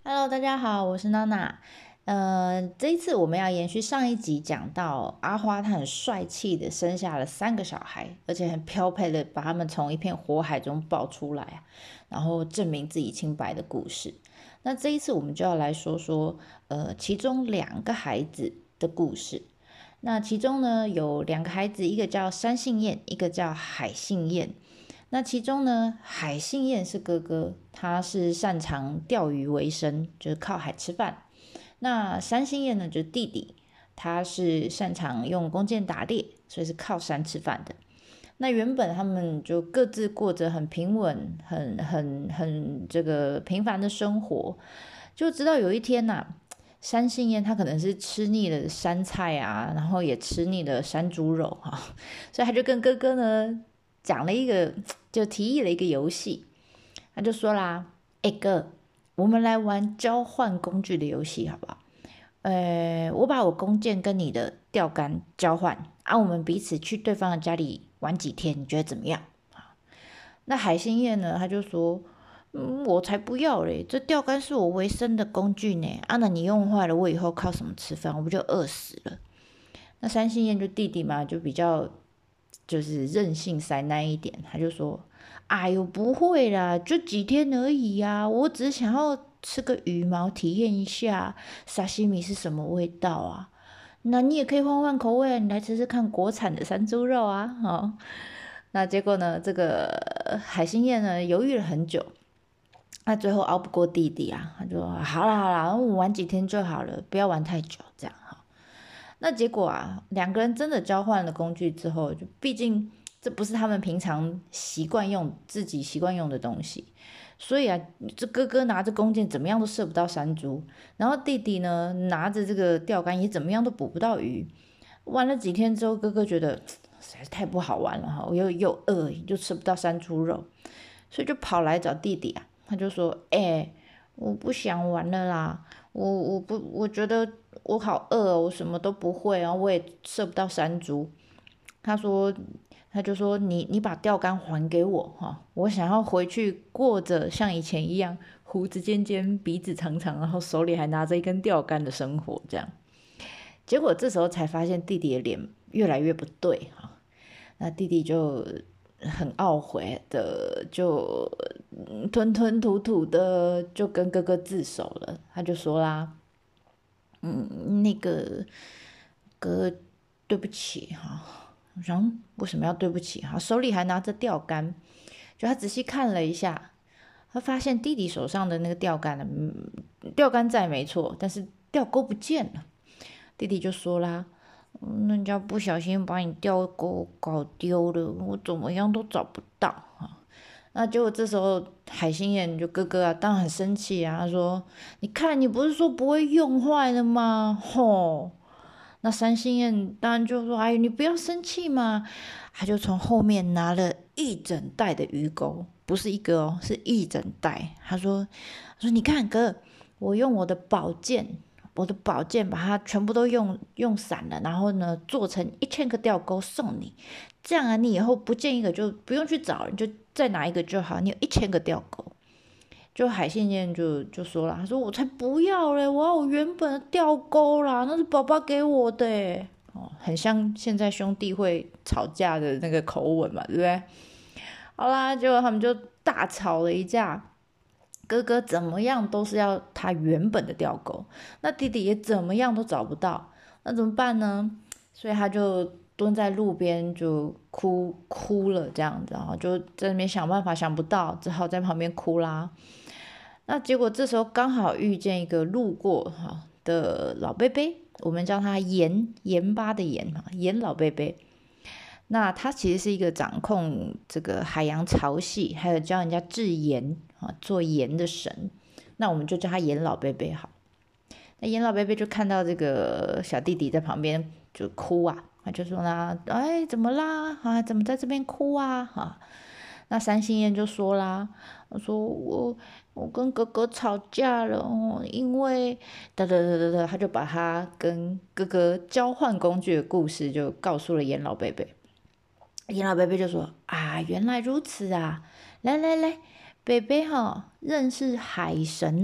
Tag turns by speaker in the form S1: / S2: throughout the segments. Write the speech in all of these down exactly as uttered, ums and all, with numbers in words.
S1: Hello，大家好，我是娜娜。呃，这一次我们要延续上一集讲到阿花，她很帅气的生下了三个小孩，而且很飘配的把他们从一片火海中抱出来啊，然后证明自己清白的故事。那这一次我们就要来说说，呃，其中两个孩子的故事。那其中呢有两个孩子，一个叫山杏燕，一个叫海杏燕。那其中呢，海杏燕是哥哥，他是擅长钓鱼为生，就是靠海吃饭。那山杏燕呢，就是弟弟，他是擅长用弓箭打猎，所以是靠山吃饭的。那原本他们就各自过着很平稳、很很很这个平凡的生活，就直到有一天呐、啊，山杏燕他可能是吃腻了山菜啊，然后也吃腻了山猪肉哈、啊，所以他就跟哥哥呢讲了一个，就提议了一个游戏。他就说啦：“哎、欸、哥，我们来玩交换工具的游戏，好不好？呃，我把我弓箭跟你的钓竿交换，啊，我们彼此去对方的家里玩几天，你觉得怎么样？”那海星燕呢，他就说：“嗯，我才不要嘞！这钓竿是我维生的工具呢。啊，那你用坏了，我以后靠什么吃饭？我不就饿死了？”那三星燕就弟弟嘛，就比较就是任性塞那一点，他就说：“哎呦，不会啦，就几天而已呀、我只是想要吃个羽毛，体验一下沙西米是什么味道啊。那你也可以换换口味啊，你来吃吃看国产的山猪肉啊。”哦，那结果呢，这个海星燕呢犹豫了很久，那最后熬不过弟弟啊，他就说：“好啦好啦，我们玩几天就好了，不要玩太久，这样哈。”那结果啊，两个人真的交换了工具之后，就毕竟这不是他们平常习惯用、自己习惯用的东西，所以啊，这哥哥拿着弓箭怎么样都射不到山猪，然后弟弟呢拿着这个钓竿也怎么样都捕不到鱼。玩了几天之后，哥哥觉得实在是太不好玩了哈，我又又饿，又吃不到山猪肉，所以就跑来找弟弟啊，他就说：“哎、欸，我不想玩了啦，我我不我觉得我好饿哦，我什么都不会，然后我也射不到山猪。”他说，他就说你你把钓竿还给我哈，我想要回去过着像以前一样胡子尖尖、鼻子长长，然后手里还拿着一根钓竿的生活这样。结果这时候才发现弟弟的脸越来越不对哈，那弟弟就很懊悔的，就吞吞吐吐的就跟哥哥自首了。他就说啦：“嗯，那个哥，对不起哈。”然后为什么要对不起哈？手里还拿着钓竿，就他仔细看了一下，他发现弟弟手上的那个钓竿呢，嗯，钓竿在没错，但是钓钩不见了。弟弟就说啦：“嗯，人家不小心把你钓钩搞丢了，我怎么样都找不到啊。”那结果这时候海星燕就哥哥啊，当然很生气啊，他说：“你看，你不是说不会用坏了吗？吼！”那三星燕当然就说：“哎，你不要生气嘛。”他就从后面拿了一整袋的鱼钩，不是一个哦，是一整袋。他说：“他说你看哥，我用我的宝剑，我的宝剑把它全部都用用散了，然后呢做成一千个钓钩送你，这样啊，你以后不见一个就不用去找，你就再拿一个就好，你有一千个钓钩。”就海信燕就就说了，他说我才不要嘞，我要我原本的钓钩啦，那是爸爸给我的诶。哦，很像现在兄弟会吵架的那个口吻嘛，对不对？好啦，结果他们就大吵了一架，哥哥怎么样都是要他原本的钓钩，那弟弟也怎么样都找不到，那怎么办呢？所以他就蹲在路边就哭哭了这样子，然后就在那边想办法想不到，只好在旁边哭啦。那结果这时候刚好遇见一个路过哈的老伯伯，我们叫他盐盐巴的盐哈，盐老伯伯。那他其实是一个掌控这个海洋潮汐，还有教人家制盐啊，做盐的神。那我们就叫他盐老伯伯好。那盐老伯伯就看到这个小弟弟在旁边就哭啊，他就说啦：“哎，怎么啦？啊，怎么在这边哭啊？”哈，那三星燕就说啦：“我说我我跟哥哥吵架了哦，因为哒哒哒哒哒，他就把他跟哥哥交换工具的故事就告诉了严老贝贝。严老贝贝就说：啊，原来如此啊！来来来，贝贝哈，认识海神呐、啊。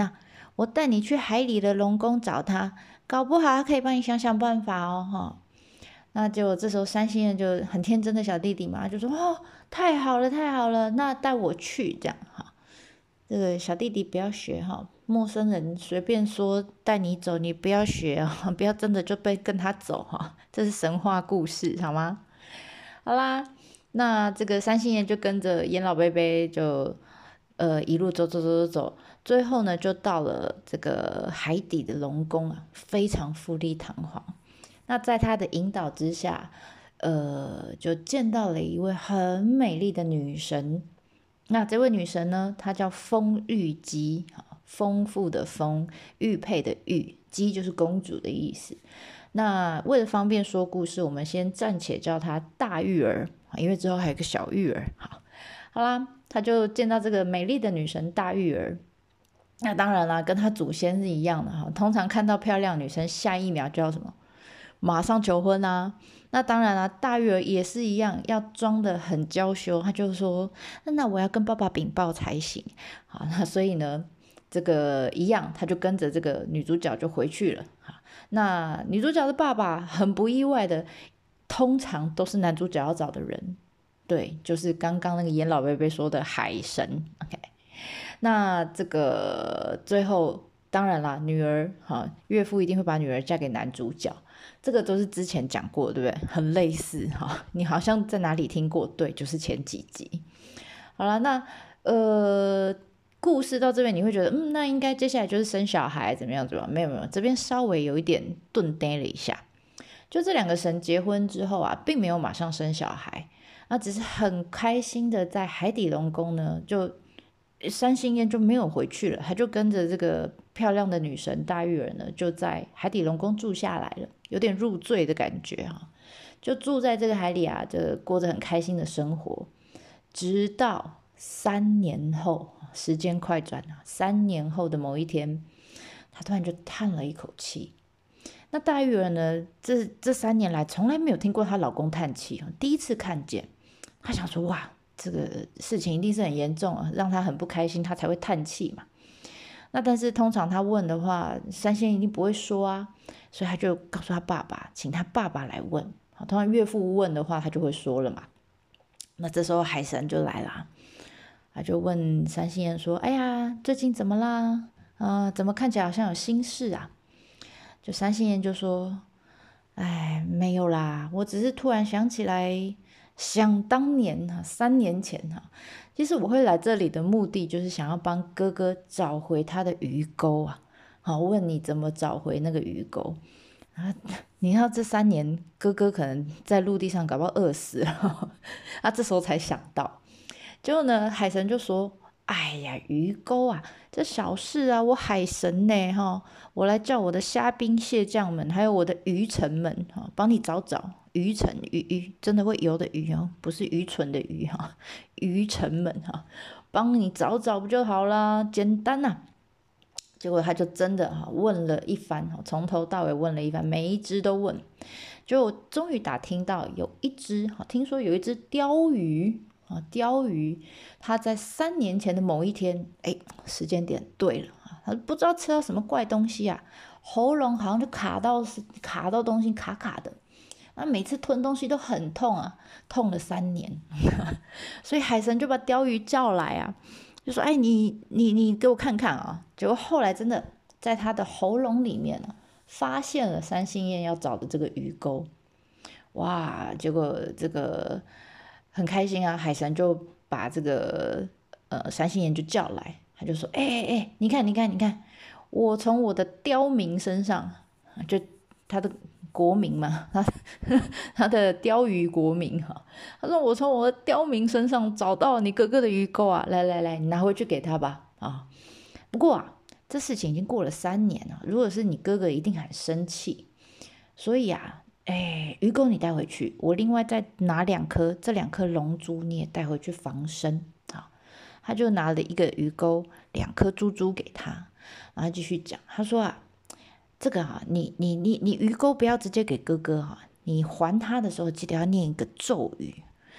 S1: 我带你去海里的龙宫找他，搞不好他可以帮你想想办法哦，哈。那就这时候三星人就很天真的小弟弟嘛，就说哦，太好了，太好了，那带我去这样哈。这个小弟弟不要学哈，陌生人随便说带你走，你不要学啊，不要真的就被跟他走哈，这是神话故事好吗？好啦，那这个三星人就跟着严老贝贝就呃一路走走走走走，最后呢就到了这个海底的龙宫啊，非常富丽堂皇。那在他的引导之下，呃，就见到了一位很美丽的女神。那这位女神呢，她叫丰玉姬，丰富的丰，玉佩的玉，姬就是公主的意思。那为了方便说故事，我们先暂且叫她大玉儿，因为之后还有个小玉儿。好，好啦，他就见到这个美丽的女神大玉儿。那当然啦，跟她祖先是一样的哈。通常看到漂亮女生，下一秒就要什么？马上求婚啊！那当然啦、啊，大玉儿也是一样，要装得很娇羞。他就说：“那我要跟爸爸禀报才行。”好，那所以呢，这个一样，他就跟着这个女主角就回去了。好，那女主角的爸爸很不意外的，通常都是男主角要找的人。对，就是刚刚那个严老贝贝说的海神。OK， 那这个最后当然啦，女儿哈，岳父一定会把女儿嫁给男主角。这个都是之前讲过，对不对？很类似哈，你好像在哪里听过？对，就是前几集。好了，那呃，故事到这边你会觉得，嗯，那应该接下来就是生小孩怎么样，对吧？没有没有，这边稍微有一点顿呆了一下。就这两个神结婚之后啊，并没有马上生小孩，那只是很开心的在海底龙宫呢，就三星烟就没有回去了，他就跟着这个漂亮的女神大玉儿呢，就在海底龙宫住下来了。有点入赘的感觉哈，就住在这个海里啊，就过着很开心的生活。直到三年后，时间快转啊，三年后的某一天，她突然就叹了一口气。那大玉儿呢，这这三年来从来没有听过她老公叹气，第一次看见，她想说哇，这个事情一定是很严重啊，让她很不开心，她才会叹气嘛。那但是通常他问的话，三仙一定不会说啊，所以他就告诉他爸爸，请他爸爸来问。好，通常岳父问的话，他就会说了嘛。那这时候海神就来啦，他就问三星人说：“哎呀，最近怎么啦？啊、呃，怎么看起来好像有心事啊？”就三星人就说：“哎，没有啦，我只是突然想起来，想当年哈，三年前哈。”其实我会来这里的目的就是想要帮哥哥找回他的鱼钩啊！好，问你怎么找回那个鱼钩啊？你看这三年哥哥可能在陆地上搞不好饿死了，啊，这时候才想到。结果呢，海神就说：“哎呀，鱼钩啊，这小事啊，我海神呢哈，我来叫我的虾兵蟹将们，还有我的鱼臣们哈，帮你找找。”鱼臣鱼鱼真的会游的鱼哦，不是愚蠢的鱼哈，鱼臣们哈，帮你找找不就好啦，简单呐、啊。结果他就真的哈问了一番哈，从头到尾问了一番，每一只都问，就终于打听到有一只哈，听说有一只鲷鱼啊，鲷鱼它在三年前的某一天，哎，时间点对了啊，它不知道吃到什么怪东西啊，喉咙好像就卡到卡到东西卡卡的。那每次吞东西都很痛啊，痛了三年，所以海神就把鲷鱼叫来啊，就说：“哎，你你你给我看看啊！”结果后来真的在他的喉咙里面啊，发现了三星燕要找的这个鱼钩，哇！结果这个很开心啊，海神就把这个呃三星燕就叫来，他就说：“哎哎哎，你看你看你看，我从我的刁民身上，就他的。”国民嘛，他他的鲷鱼国民哈，他说我从我的刁民身上找到你哥哥的鱼钩啊，来来来，你拿回去给他吧啊。不过啊，这事情已经过了三年了，如果是你哥哥，一定很生气。所以啊，哎，鱼钩你带回去，我另外再拿两颗，这两颗龙珠你也带回去防身啊。他就拿了一个鱼钩，两颗珠珠给他，然后继续讲，他说啊。这个啊，你你你你鱼钩不要直接给哥哥哈、啊，你还他的时候记得要念一个咒语，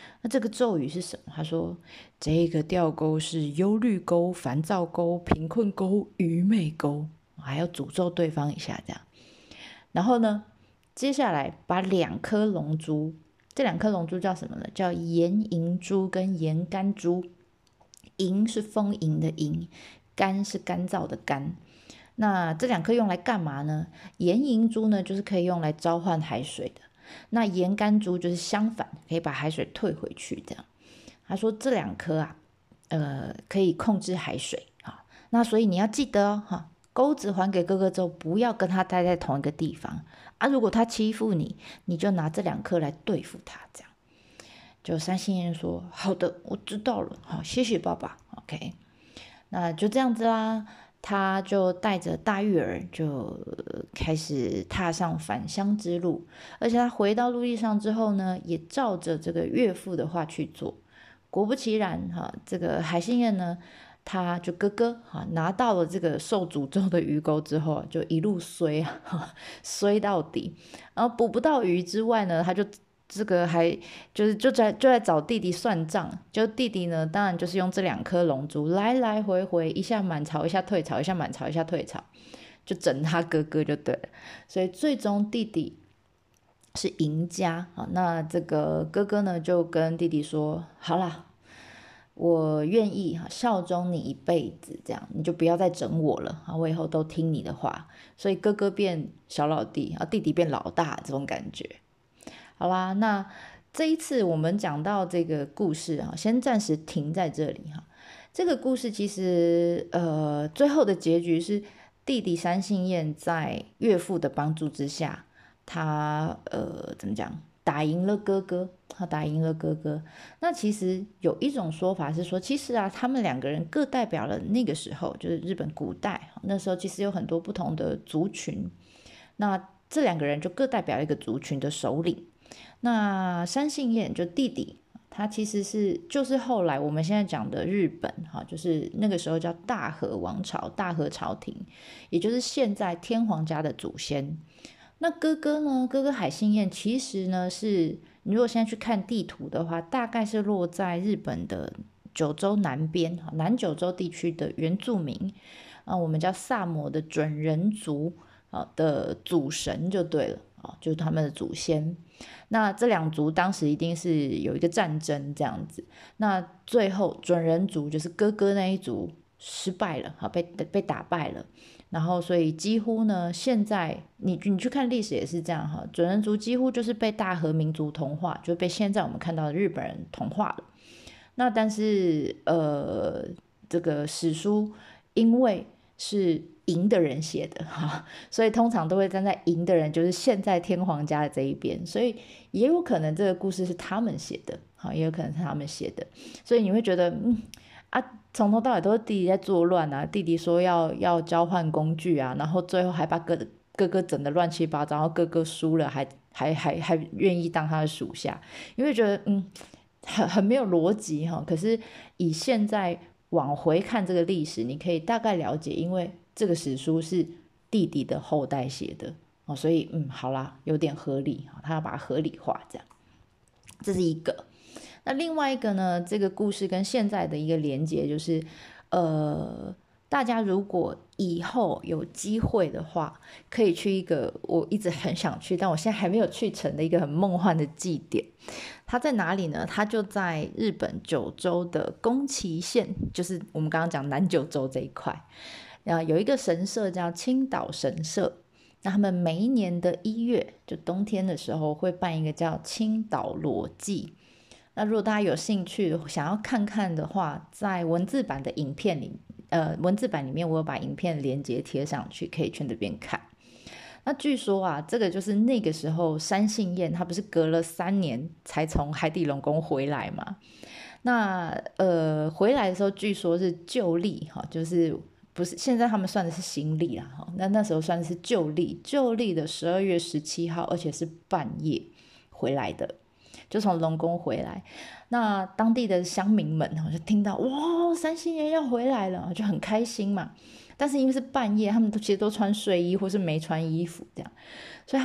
S1: 那这个咒语是什么？他说这个吊钩是忧虑钩、烦躁钩、贫困钩、愚昧钩，还要诅咒对方一下这样。然后呢，接下来把两颗龙珠，这两颗龙珠叫什么呢？叫盐银珠跟盐甘珠。银是丰盈的盈，干是干燥的干。那这两颗用来干嘛呢？盐银珠呢，就是可以用来召唤海水的。那盐甘珠就是相反，可以把海水退回去这样。他说这两颗啊，呃，可以控制海水啊。那所以你要记得哦，哈，钩子还给哥哥之后，不要跟他待在同一个地方啊。如果他欺负你，你就拿这两颗来对付他这样。就三星人说好的，我知道了，好，谢谢爸爸。 OK， 那就这样子啦。他就带着大玉儿就开始踏上返乡之路，而且他回到陆地上之后呢，也照着这个岳父的话去做。果不其然哈，这个海星彦呢，他就哥哥哈拿到了这个受诅咒的鱼钩之后，就一路衰啊，衰到底。然后捕不到鱼之外呢，他就这个还就是就在就在找弟弟算账，就弟弟呢，当然就是用这两颗龙珠来来回回，一下满潮，一下退潮，一下满潮，一下退潮，就整他哥哥就对了。所以最终弟弟是赢家啊。那这个哥哥呢，就跟弟弟说：“好啦，我愿意效忠你一辈子，这样你就不要再整我了啊，我以后都听你的话。”所以哥哥变小老弟啊，弟弟变老大，这种感觉。好啦，那这一次我们讲到这个故事啊，先暂时停在这里哈。这个故事其实呃，最后的结局是弟弟三信彦在岳父的帮助之下，他呃怎么讲，打赢了哥哥，他打赢了哥哥。那其实有一种说法是说，其实啊，他们两个人各代表了那个时候，就是日本古代那时候，其实有很多不同的族群。那这两个人就各代表一个族群的首领。那三信彦就弟弟，他其实是就是后来我们现在讲的日本哈，就是那个时候叫大和王朝，大和朝廷，也就是现在天皇家的祖先。那哥哥呢，哥哥海信彦其实呢是，你如果现在去看地图的话，大概是落在日本的九州南边，南九州地区的原住民啊，我们叫萨摩的准人族的祖神就对了啊，就是他们的祖先。那这两族当时一定是有一个战争这样子，那最后准人族就是哥哥那一族失败了，被被打败了，然后所以几乎呢，现在你你去看历史也是这样哈，准人族几乎就是被大和民族同化，就被现在我们看到的日本人同化了。那但是呃，这个史书因为是赢的人写的哈，所以通常都会站在赢的人，就是现在天皇家的这一边，所以也有可能这个故事是他们写的，好，也有可能是他们写的，所以你会觉得，嗯啊，从头到尾都是弟弟在作乱啊，弟弟说要要交换工具啊，然后最后还把哥哥哥整得乱七八糟，然后哥哥输了还还还还愿意当他的属下，你会觉得嗯，很很没有逻辑哈。可是以现在往回看这个历史，你可以大概了解，因为这个史书是弟弟的后代写的哦，所以嗯，好啦，有点合理，他要把它合理化，这样，这是一个。那另外一个呢，这个故事跟现在的一个连结就是，呃，大家如果以后有机会的话，可以去一个我一直很想去，但我现在还没有去成的一个很梦幻的祭典。它在哪里呢？它就在日本九州的宫崎县，就是我们刚刚讲南九州这一块。啊，有一个神社叫青岛神社，那他们每一年的一月，就冬天的时候会办一个叫青岛裸祭。那如果大家有兴趣想要看看的话，在文字版的影片里，呃，文字版里面我有把影片连结贴上去，可以去那边看。那据说啊，这个就是那个时候三信彦他不是隔了三年才从海底龙宫回来嘛？那呃回来的时候，据说是旧历哈，就是不是现在他们算的是新历啦哈，那那时候算的是旧历，旧历的十二月十七号，而且是半夜回来的。就从龙宫回来，那当地的乡民们就听到哇，三信彦要回来了，就很开心嘛。但是因为是半夜，他们都其实都穿睡衣或是没穿衣服这样，所以他们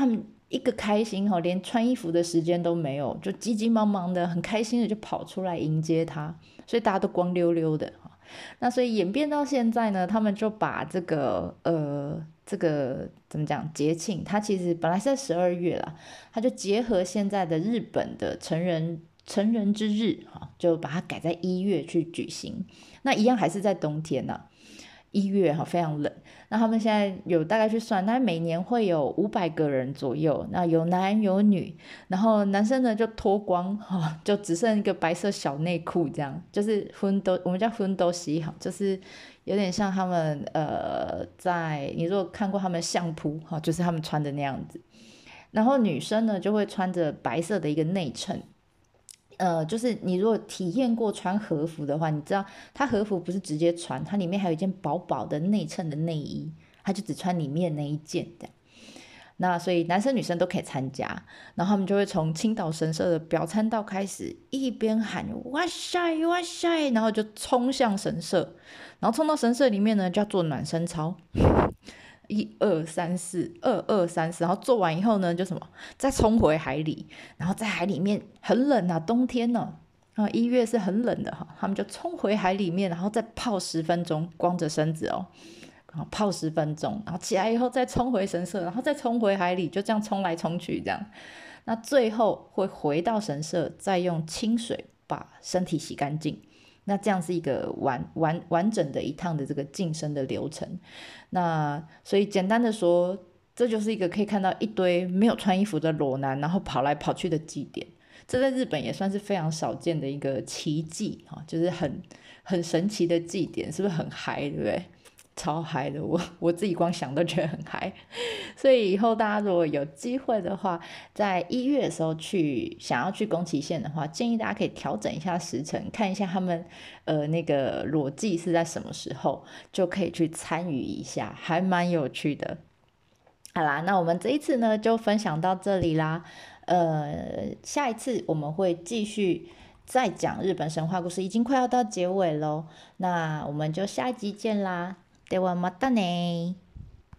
S1: 一个开心哈，连穿衣服的时间都没有，就急急忙忙的，很开心的就跑出来迎接他，所以大家都光溜溜的。那所以演变到现在呢，他们就把这个呃这个怎么讲节庆，它其实本来是在十二月啦，它就结合现在的日本的成人成人之日哈，就把它改在一月去举行。那一样还是在冬天呢、啊，一月哈非常冷。那他们现在有大概去算，那每年会有五百个人左右，那有男有女，然后男生呢就脱光哈，就只剩一个白色小内裤这样，就是分都我们叫分都洗好，就是有点像他们呃在你如果看过他们相扑哈，就是他们穿的那样子。然后女生呢就会穿着白色的一个内衬。呃，就是你如果体验过穿和服的话，你知道它和服不是直接穿，它里面还有一件薄薄的内衬的内衣，它就只穿里面那一件的。那所以男生女生都可以参加，然后他们就会从青岛神社的表参道开始，一边喊哇塞哇塞，然后就冲向神社，然后冲到神社里面呢，就要做暖身操。一二三四，二二三四，然后做完以后呢，就什么，再冲回海里，然后在海里面很冷啊，冬天呢、啊，啊一月是很冷的哈，他们就冲回海里面，然后再泡十分钟，光着身子哦，然后泡十分钟，然后起来以后再冲回神社，然后再冲回海里，就这样冲来冲去这样，那最后会回到神社，再用清水把身体洗干净。那这样是一个完完完整的一趟的这个晋升的流程。那所以简单的说，这就是一个可以看到一堆没有穿衣服的裸男，然后跑来跑去的祭典。这在日本也算是非常少见的一个奇迹哈，就是很很神奇的祭典，是不是很嗨，对不对？超嗨的，我我自己光想都觉得很嗨。所以以后大家如果有机会的话，在一月的时候去想要去宫崎县的话，建议大家可以调整一下时程，看一下他们呃那个裸祭是在什么时候，就可以去参与一下，还蛮有趣的。好啦，那我们这一次呢就分享到这里啦。呃，下一次我们会继续再讲日本神话故事，已经快要到结尾咯。那我们就下一集见啦。ではまたね。